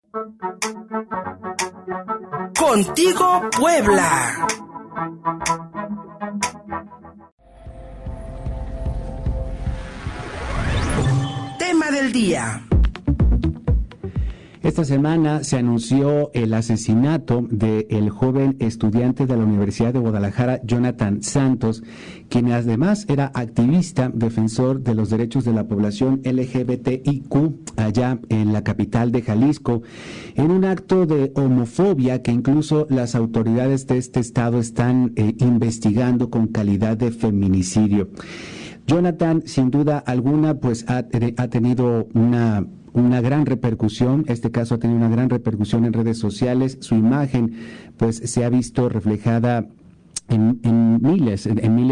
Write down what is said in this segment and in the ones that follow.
Contigo Puebla. Tema del día. Esta semana se anunció el asesinato del joven estudiante de la Universidad de Guadalajara, Jonathan Santos, quien además era activista, defensor de los derechos de la población LGBTIQ allá en la capital de Jalisco, en un acto de homofobia que incluso las autoridades de este estado están investigando con calidad de feminicidio. Jonathan, sin duda alguna, pues ha tenido una gran repercusión. Este caso ha tenido una gran repercusión en redes sociales. Su imagen pues se ha visto reflejada en miles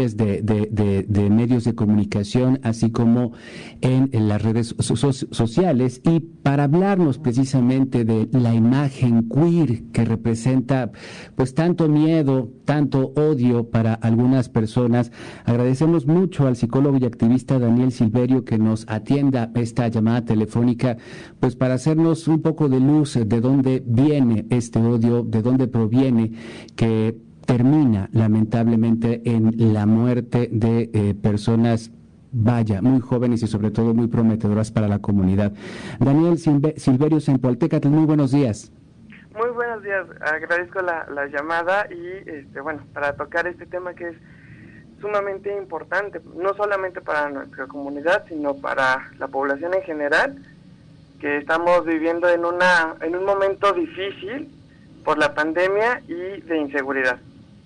de medios de comunicación, así como en las redes sociales. Y para hablarnos precisamente de la imagen queer que representa pues tanto miedo, tanto odio para algunas personas, agradecemos mucho al psicólogo y activista Daniel Silverio que nos atienda esta llamada telefónica, pues para hacernos un poco de luz de dónde viene este odio, de dónde proviene, que termina lamentablemente en la muerte de personas, muy jóvenes y sobre todo muy prometedoras para la comunidad. Daniel Silverio Zempoaltécatl, muy buenos días. Muy buenos días, agradezco la llamada y bueno, para tocar este tema que es sumamente importante, no solamente para nuestra comunidad, sino para la población en general, que estamos viviendo en un momento difícil por la pandemia y de inseguridad.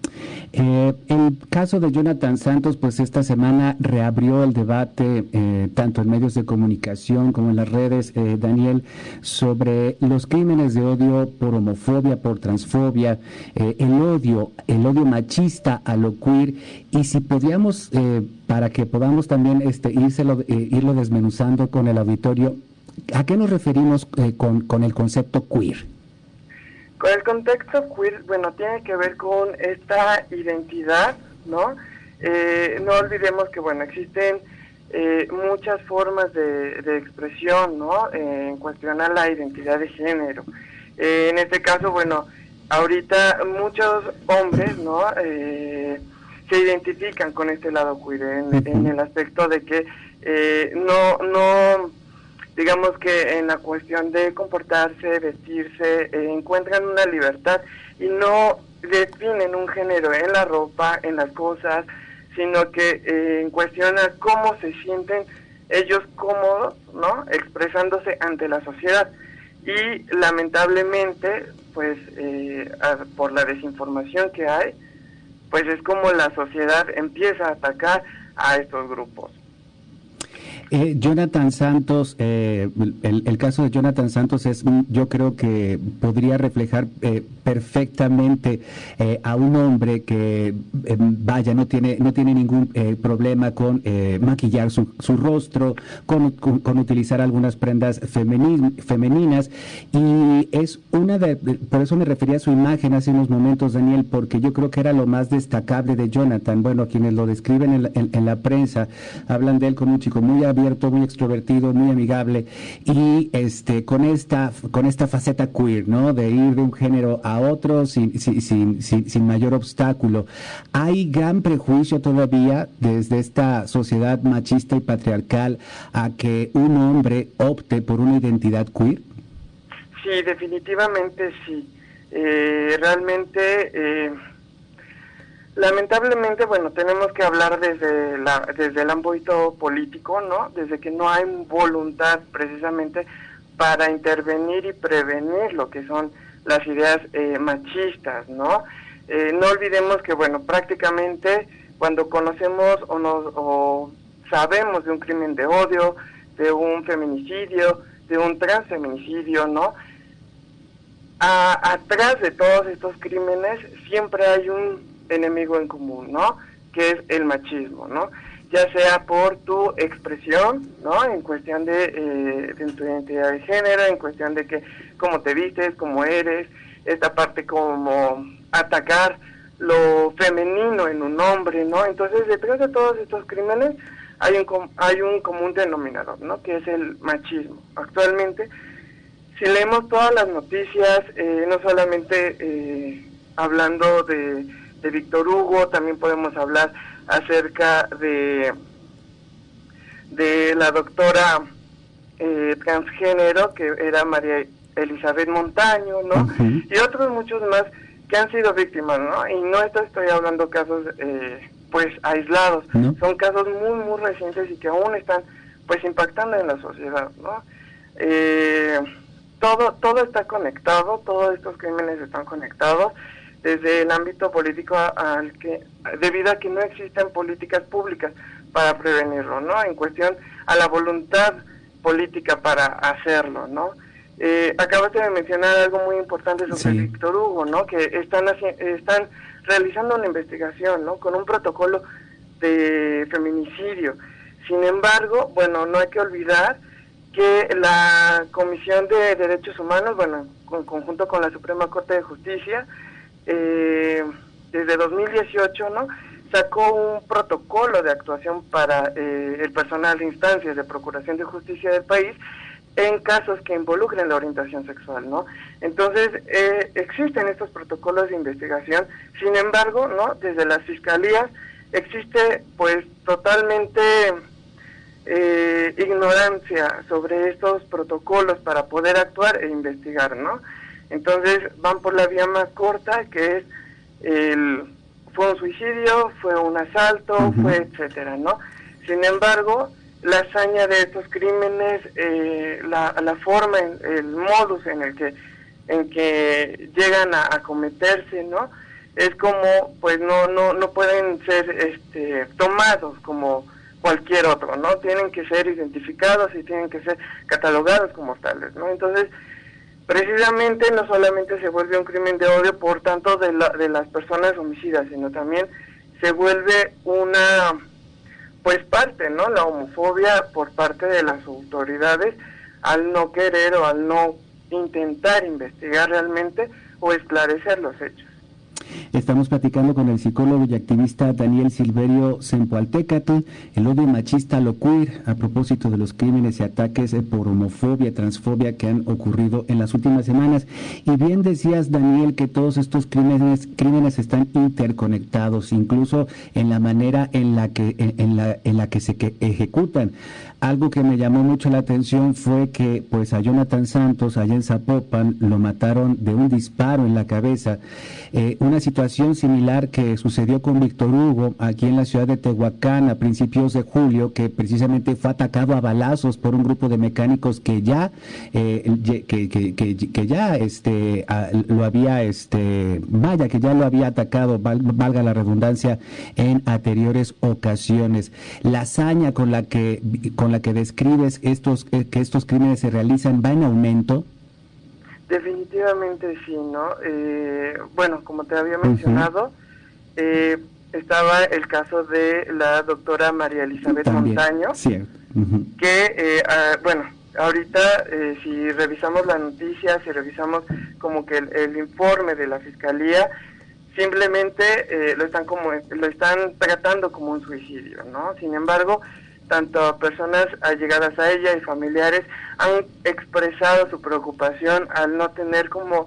El caso de Jonathan Santos, pues esta semana reabrió el debate, tanto en medios de comunicación como en las redes, Daniel, sobre los crímenes de odio por homofobia, por transfobia, el odio machista a lo queer, y si podíamos, para que podamos también irlo desmenuzando con el auditorio, ¿a qué nos referimos con el concepto queer? Con el contexto queer, bueno, tiene que ver con esta identidad, ¿no? No olvidemos que, bueno, existen muchas formas de expresión, ¿no? En cuestión a la identidad de género. En este caso, bueno, ahorita muchos hombres, ¿no? Se identifican con este lado queer, en el aspecto de que digamos que en la cuestión de comportarse, vestirse, encuentran una libertad y no definen un género en la ropa, en las cosas, sino que en cuestión a cómo se sienten ellos cómodos, ¿no? Expresándose ante la sociedad. Y lamentablemente, pues por la desinformación que hay, pues es como la sociedad empieza a atacar a estos grupos. Jonathan Santos, el caso de Jonathan Santos yo creo que podría reflejar perfectamente a un hombre que no tiene ningún problema con maquillar su rostro, con utilizar algunas prendas femeninas, y es por eso me refería a su imagen hace unos momentos, Daniel, porque yo creo que era lo más destacable de Jonathan. Bueno, quienes lo describen en la prensa hablan de él como un chico muy abierto, muy extrovertido, muy amigable, y con esta faceta queer, ¿no? De ir de un género a otro sin mayor obstáculo. Hay gran prejuicio todavía desde esta sociedad machista y patriarcal a que un hombre opte por una identidad queer. Sí, definitivamente sí. Realmente lamentablemente, bueno, tenemos que hablar desde el ámbito político, ¿no? Desde que no hay voluntad precisamente para intervenir y prevenir lo que son las ideas machistas, ¿no? No olvidemos que, bueno, prácticamente cuando conocemos o sabemos de un crimen de odio, de un feminicidio, de un transfeminicidio, ¿no? Atrás de todos estos crímenes siempre hay un enemigo en común, ¿no? Que es el machismo, ¿no? Ya sea por tu expresión, ¿no? En cuestión de tu identidad de género, en cuestión de que cómo te vistes, cómo eres, esta parte como atacar lo femenino en un hombre, ¿no? Entonces, detrás de todos estos crímenes hay un común denominador, ¿no? Que es el machismo. Actualmente si leemos todas las noticias, no solamente hablando de Víctor Hugo, también podemos hablar acerca de la doctora transgénero, que era María Elizabeth Montaño, ¿no? Uh-huh. Y otros muchos más que han sido víctimas, ¿no? Y no estoy hablando casos pues aislados, ¿no? Son casos muy, muy recientes y que aún están pues impactando en la sociedad, ¿no? Todo está conectado, todos estos crímenes están conectados, desde el ámbito político debido a que no existen políticas públicas para prevenirlo, ¿no? En cuestión a la voluntad política para hacerlo, ¿no? Acabaste de mencionar algo muy importante sobre Víctor Hugo, ¿no? Que están realizando una investigación, ¿no? Con un protocolo de feminicidio. Sin embargo, bueno, no hay que olvidar que la Comisión de Derechos Humanos, bueno, en conjunto con la Suprema Corte de Justicia, desde 2018, ¿no? Sacó un protocolo de actuación para el personal de instancias de procuración de justicia del país en casos que involucren la orientación sexual, ¿no? Entonces, existen estos protocolos de investigación, sin embargo, ¿no? Desde las fiscalías existe, pues, totalmente ignorancia sobre estos protocolos para poder actuar e investigar, ¿no? Entonces, van por la vía más corta, que es fue un suicidio, fue un asalto, uh-huh, fue etcétera, ¿no? Sin embargo, la hazaña de estos crímenes, la forma, el modus en que llegan a cometerse, ¿no? Es como, pues no pueden ser tomados como cualquier otro, ¿no? Tienen que ser identificados y tienen que ser catalogados como tales, ¿no? Entonces, precisamente no solamente se vuelve un crimen de odio por tanto de las personas homicidas, sino también se vuelve una, pues, parte, ¿no? La homofobia por parte de las autoridades al no querer o al no intentar investigar realmente o esclarecer los hechos. Estamos platicando con el psicólogo y activista Daniel Silverio Zempoaltécatl, el odio machista a lo queer, a propósito de los crímenes y ataques por homofobia, transfobia que han ocurrido en las últimas semanas. Y bien decías, Daniel, que todos estos crímenes están interconectados, incluso en la manera en la que se ejecutan. Algo que me llamó mucho la atención fue que, pues, a Jonathan Santos, allá en Zapopan, lo mataron de un disparo en la cabeza. Una situación similar que sucedió con Víctor Hugo aquí en la ciudad de Tehuacán a principios de julio, que precisamente fue atacado a balazos por un grupo de mecánicos que ya lo había que ya lo había atacado, valga la redundancia, en anteriores ocasiones. La hazaña con la que describes que estos crímenes se realizan va en aumento. Definitivamente sí, ¿no? Bueno, como te había mencionado, uh-huh, estaba el caso de la doctora María Elizabeth Montaño, uh-huh, que, bueno, ahorita si revisamos la noticia, si revisamos como que el informe de la Fiscalía, simplemente lo están tratando como un suicidio, ¿no? Sin embargo, tanto personas allegadas a ella y familiares han expresado su preocupación al no tener como,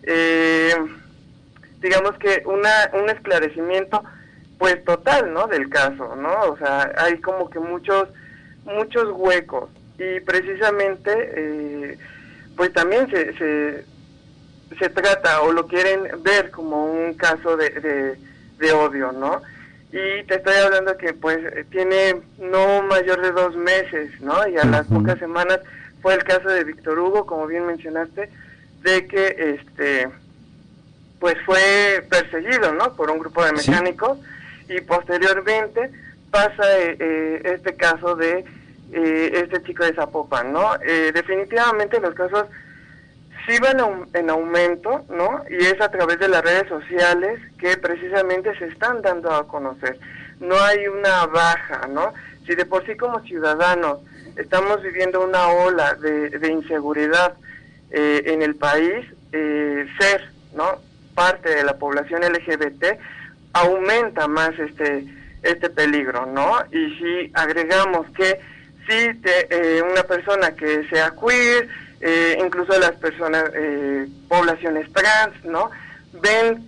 digamos que un esclarecimiento, pues, total, ¿no? Del caso, ¿no? O sea, hay como que muchos huecos y precisamente, pues, también se trata o lo quieren ver como un caso de odio, ¿no? Y te estoy hablando que, pues, tiene no mayor de 2 meses, ¿no? Y a las pocas semanas fue el caso de Víctor Hugo, como bien mencionaste, de que, pues, fue perseguido, ¿no? Por un grupo de mecánicos, ¿sí? Y posteriormente pasa este caso de este chico de Zapopan, ¿no? Definitivamente los casos sí van en aumento, ¿no? Y es a través de las redes sociales que precisamente se están dando a conocer. No hay una baja, ¿no? Si de por sí como ciudadanos estamos viviendo una ola de inseguridad en el país, ser, ¿no?, parte de la población LGBT aumenta más este peligro, ¿no? Y si agregamos que si una persona que sea queer, incluso las personas, poblaciones trans, ¿no? Ven,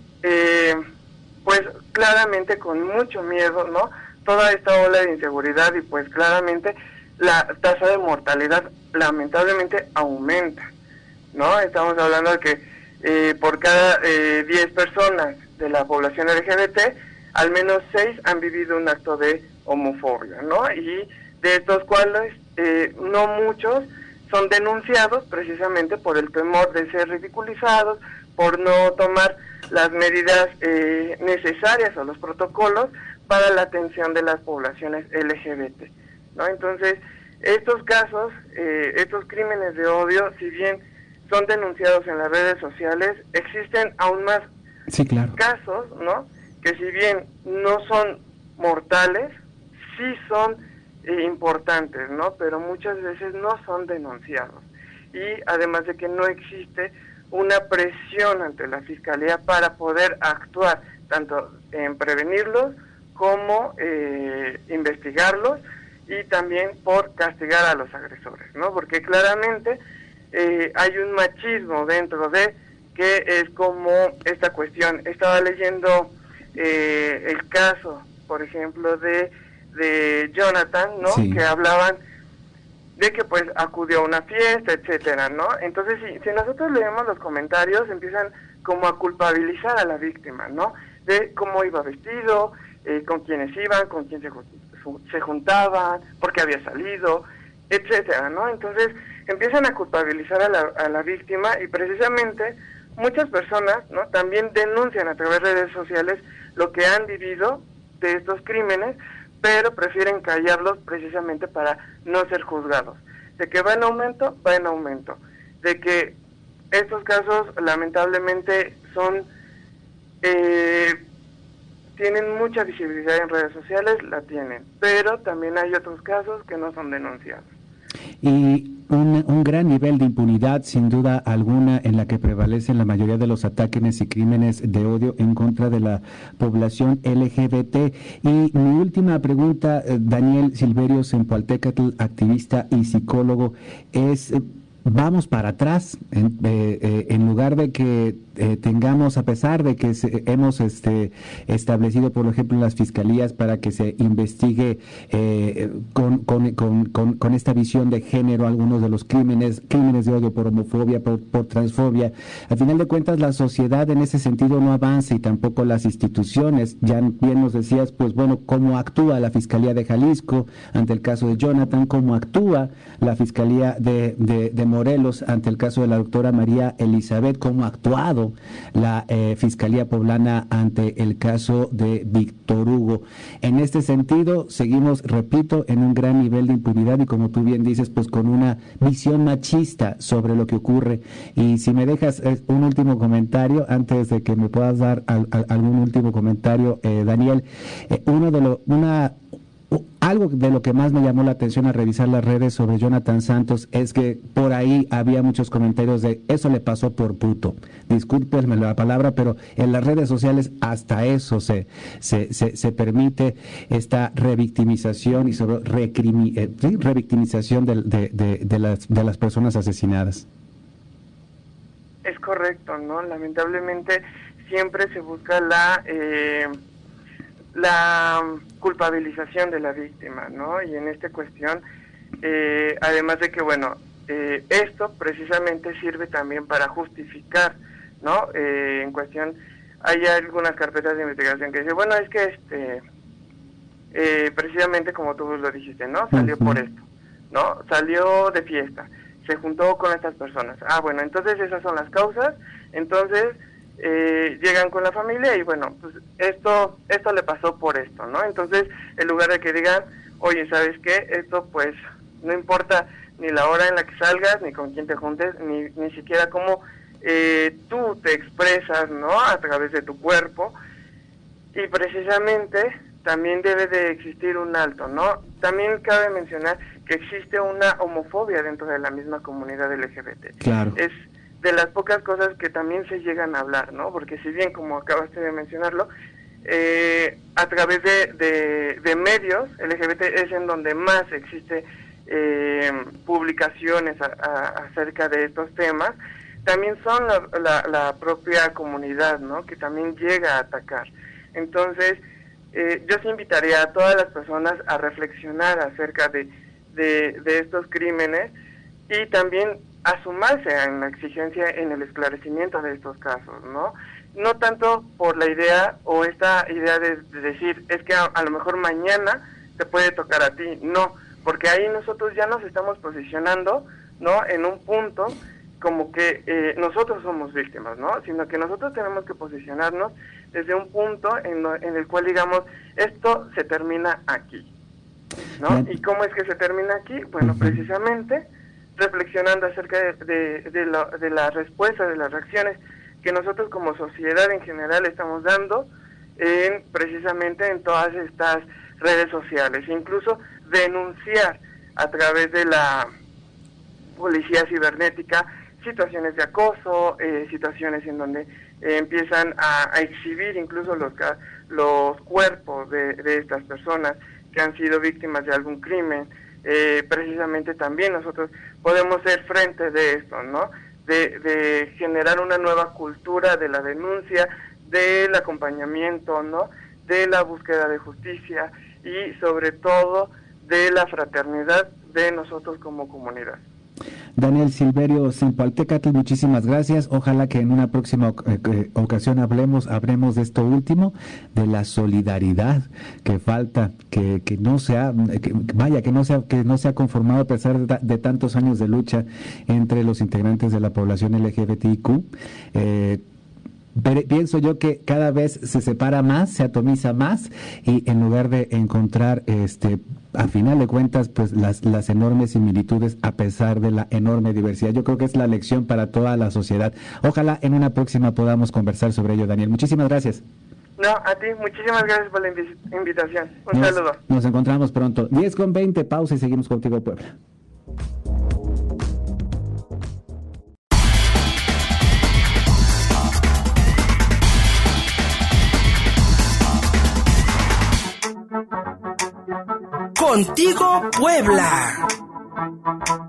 pues claramente con mucho miedo, ¿no? Toda esta ola de inseguridad y pues claramente la tasa de mortalidad lamentablemente aumenta, ¿no? Estamos hablando de que por cada 10 personas de la población LGBT, al menos 6 han vivido un acto de homofobia, ¿no? Y de estos cuales no muchos son denunciados precisamente por el temor de ser ridiculizados, por no tomar las medidas necesarias o los protocolos para la atención de las poblaciones LGBT, ¿no? Entonces, estos casos, estos crímenes de odio, si bien son denunciados en las redes sociales, existen aún más casos, ¿no? Que si bien no son mortales, sí son importantes, ¿no? Pero muchas veces no son denunciados. Y además de que no existe una presión ante la Fiscalía para poder actuar, tanto en prevenirlos como investigarlos, y también por castigar a los agresores, ¿no? Porque claramente hay un machismo dentro de que es como esta cuestión. Estaba leyendo el caso, por ejemplo, de Jonathan, ¿no? Sí. Que hablaban de que pues acudió a una fiesta, etcétera, ¿no? Entonces, si nosotros leemos los comentarios, empiezan como a culpabilizar a la víctima, ¿no? De cómo iba vestido, con quiénes iban, con quién se juntaban, por qué había salido, etcétera, ¿no? Entonces, empiezan a culpabilizar a la víctima, y precisamente muchas personas, ¿no? También denuncian a través de redes sociales lo que han vivido de estos crímenes, pero prefieren callarlos precisamente para no ser juzgados. De que va en aumento, va en aumento. De que estos casos lamentablemente son tienen mucha visibilidad en redes sociales, la tienen, pero también hay otros casos que no son denunciados. Y un gran nivel de impunidad, sin duda alguna, en la que prevalecen la mayoría de los ataques y crímenes de odio en contra de la población LGBT. Y mi última pregunta, Daniel Silverio Zempoaltécatl, activista y psicólogo, es... vamos para atrás, en lugar de que tengamos, a pesar de que hemos establecido, por ejemplo, las fiscalías para que se investigue con esta visión de género algunos de los crímenes de odio por homofobia, por transfobia. Al final de cuentas, la sociedad en ese sentido no avanza, y tampoco las instituciones. Ya bien nos decías, pues bueno, cómo actúa la Fiscalía de Jalisco ante el caso de Jonathan, cómo actúa la Fiscalía de Morelos ante el caso de la doctora María Elizabeth, cómo ha actuado la Fiscalía Poblana ante el caso de Víctor Hugo. En este sentido, seguimos, repito, en un gran nivel de impunidad, y como tú bien dices, pues con una visión machista sobre lo que ocurre. Y si me dejas un último comentario, antes de que me puedas dar algún último comentario, Daniel, algo de lo que más me llamó la atención al revisar las redes sobre Jonathan Santos es que por ahí había muchos comentarios de eso le pasó por puto. Discúlpenme la palabra, pero en las redes sociales hasta eso se permite esta revictimización y sobre revictimización de las personas asesinadas. Es correcto, ¿no? Lamentablemente siempre se busca la culpabilización de la víctima, ¿no? Y en esta cuestión, además de que, bueno, esto precisamente sirve también para justificar, ¿no? En cuestión, hay algunas carpetas de investigación que dicen, bueno, es que precisamente como tú lo dijiste, ¿no? Salió por esto, ¿no? Salió de fiesta, se juntó con estas personas. Ah, bueno, entonces esas son las causas, entonces... llegan con la familia y bueno, pues esto le pasó por esto, ¿no? Entonces, en lugar de que digan, oye, ¿sabes qué? Esto pues no importa ni la hora en la que salgas, ni con quién te juntes, ni siquiera cómo tú te expresas, ¿no? A través de tu cuerpo. Y precisamente también debe de existir un alto, ¿no? También cabe mencionar que existe una homofobia dentro de la misma comunidad LGBT. Claro. Es de las pocas cosas que también se llegan a hablar, ¿no? Porque si bien, como acabaste de mencionarlo, a través de medios LGBT es en donde más existe publicaciones acerca de estos temas, también son la propia comunidad, ¿no? Que también llega a atacar. Entonces, yo sí invitaría a todas las personas a reflexionar acerca de estos crímenes y también a sumarse en la exigencia en el esclarecimiento de estos casos, ¿no? No tanto por la idea o esta idea de decir, es que a lo mejor mañana te puede tocar a ti, no, porque ahí nosotros ya nos estamos posicionando, ¿no? En un punto como que nosotros somos víctimas, ¿no? Sino que nosotros tenemos que posicionarnos desde un punto en el cual digamos, esto se termina aquí, ¿no? ¿Y cómo es que se termina aquí? Bueno, precisamente reflexionando acerca de la respuesta, de las reacciones que nosotros como sociedad en general estamos dando precisamente en todas estas redes sociales, incluso denunciar a través de la policía cibernética situaciones de acoso, situaciones en donde empiezan a exhibir incluso los cuerpos de estas personas que han sido víctimas de algún crimen. Precisamente también nosotros podemos ser frente de esto, ¿no? De generar una nueva cultura de la denuncia, del acompañamiento, ¿no? De la búsqueda de justicia y sobre todo de la fraternidad de nosotros como comunidad. Daniel Silverio Zimpaltecatl, muchísimas gracias. Ojalá que en una próxima ocasión hablemos de esto último, de la solidaridad que falta, que no se ha conformado a pesar de tantos años de lucha entre los integrantes de la población LGBTIQ. Pienso yo que cada vez se separa más, se atomiza más, y en lugar de encontrar a final de cuentas pues las enormes similitudes a pesar de la enorme diversidad. Yo creo que es la lección para toda la sociedad. Ojalá en una próxima podamos conversar sobre ello, Daniel. Muchísimas gracias. No, a ti, muchísimas gracias por la invitación. Un saludo. Nos encontramos pronto. 10:20, pausa y seguimos contigo, Puebla. Contigo, Puebla.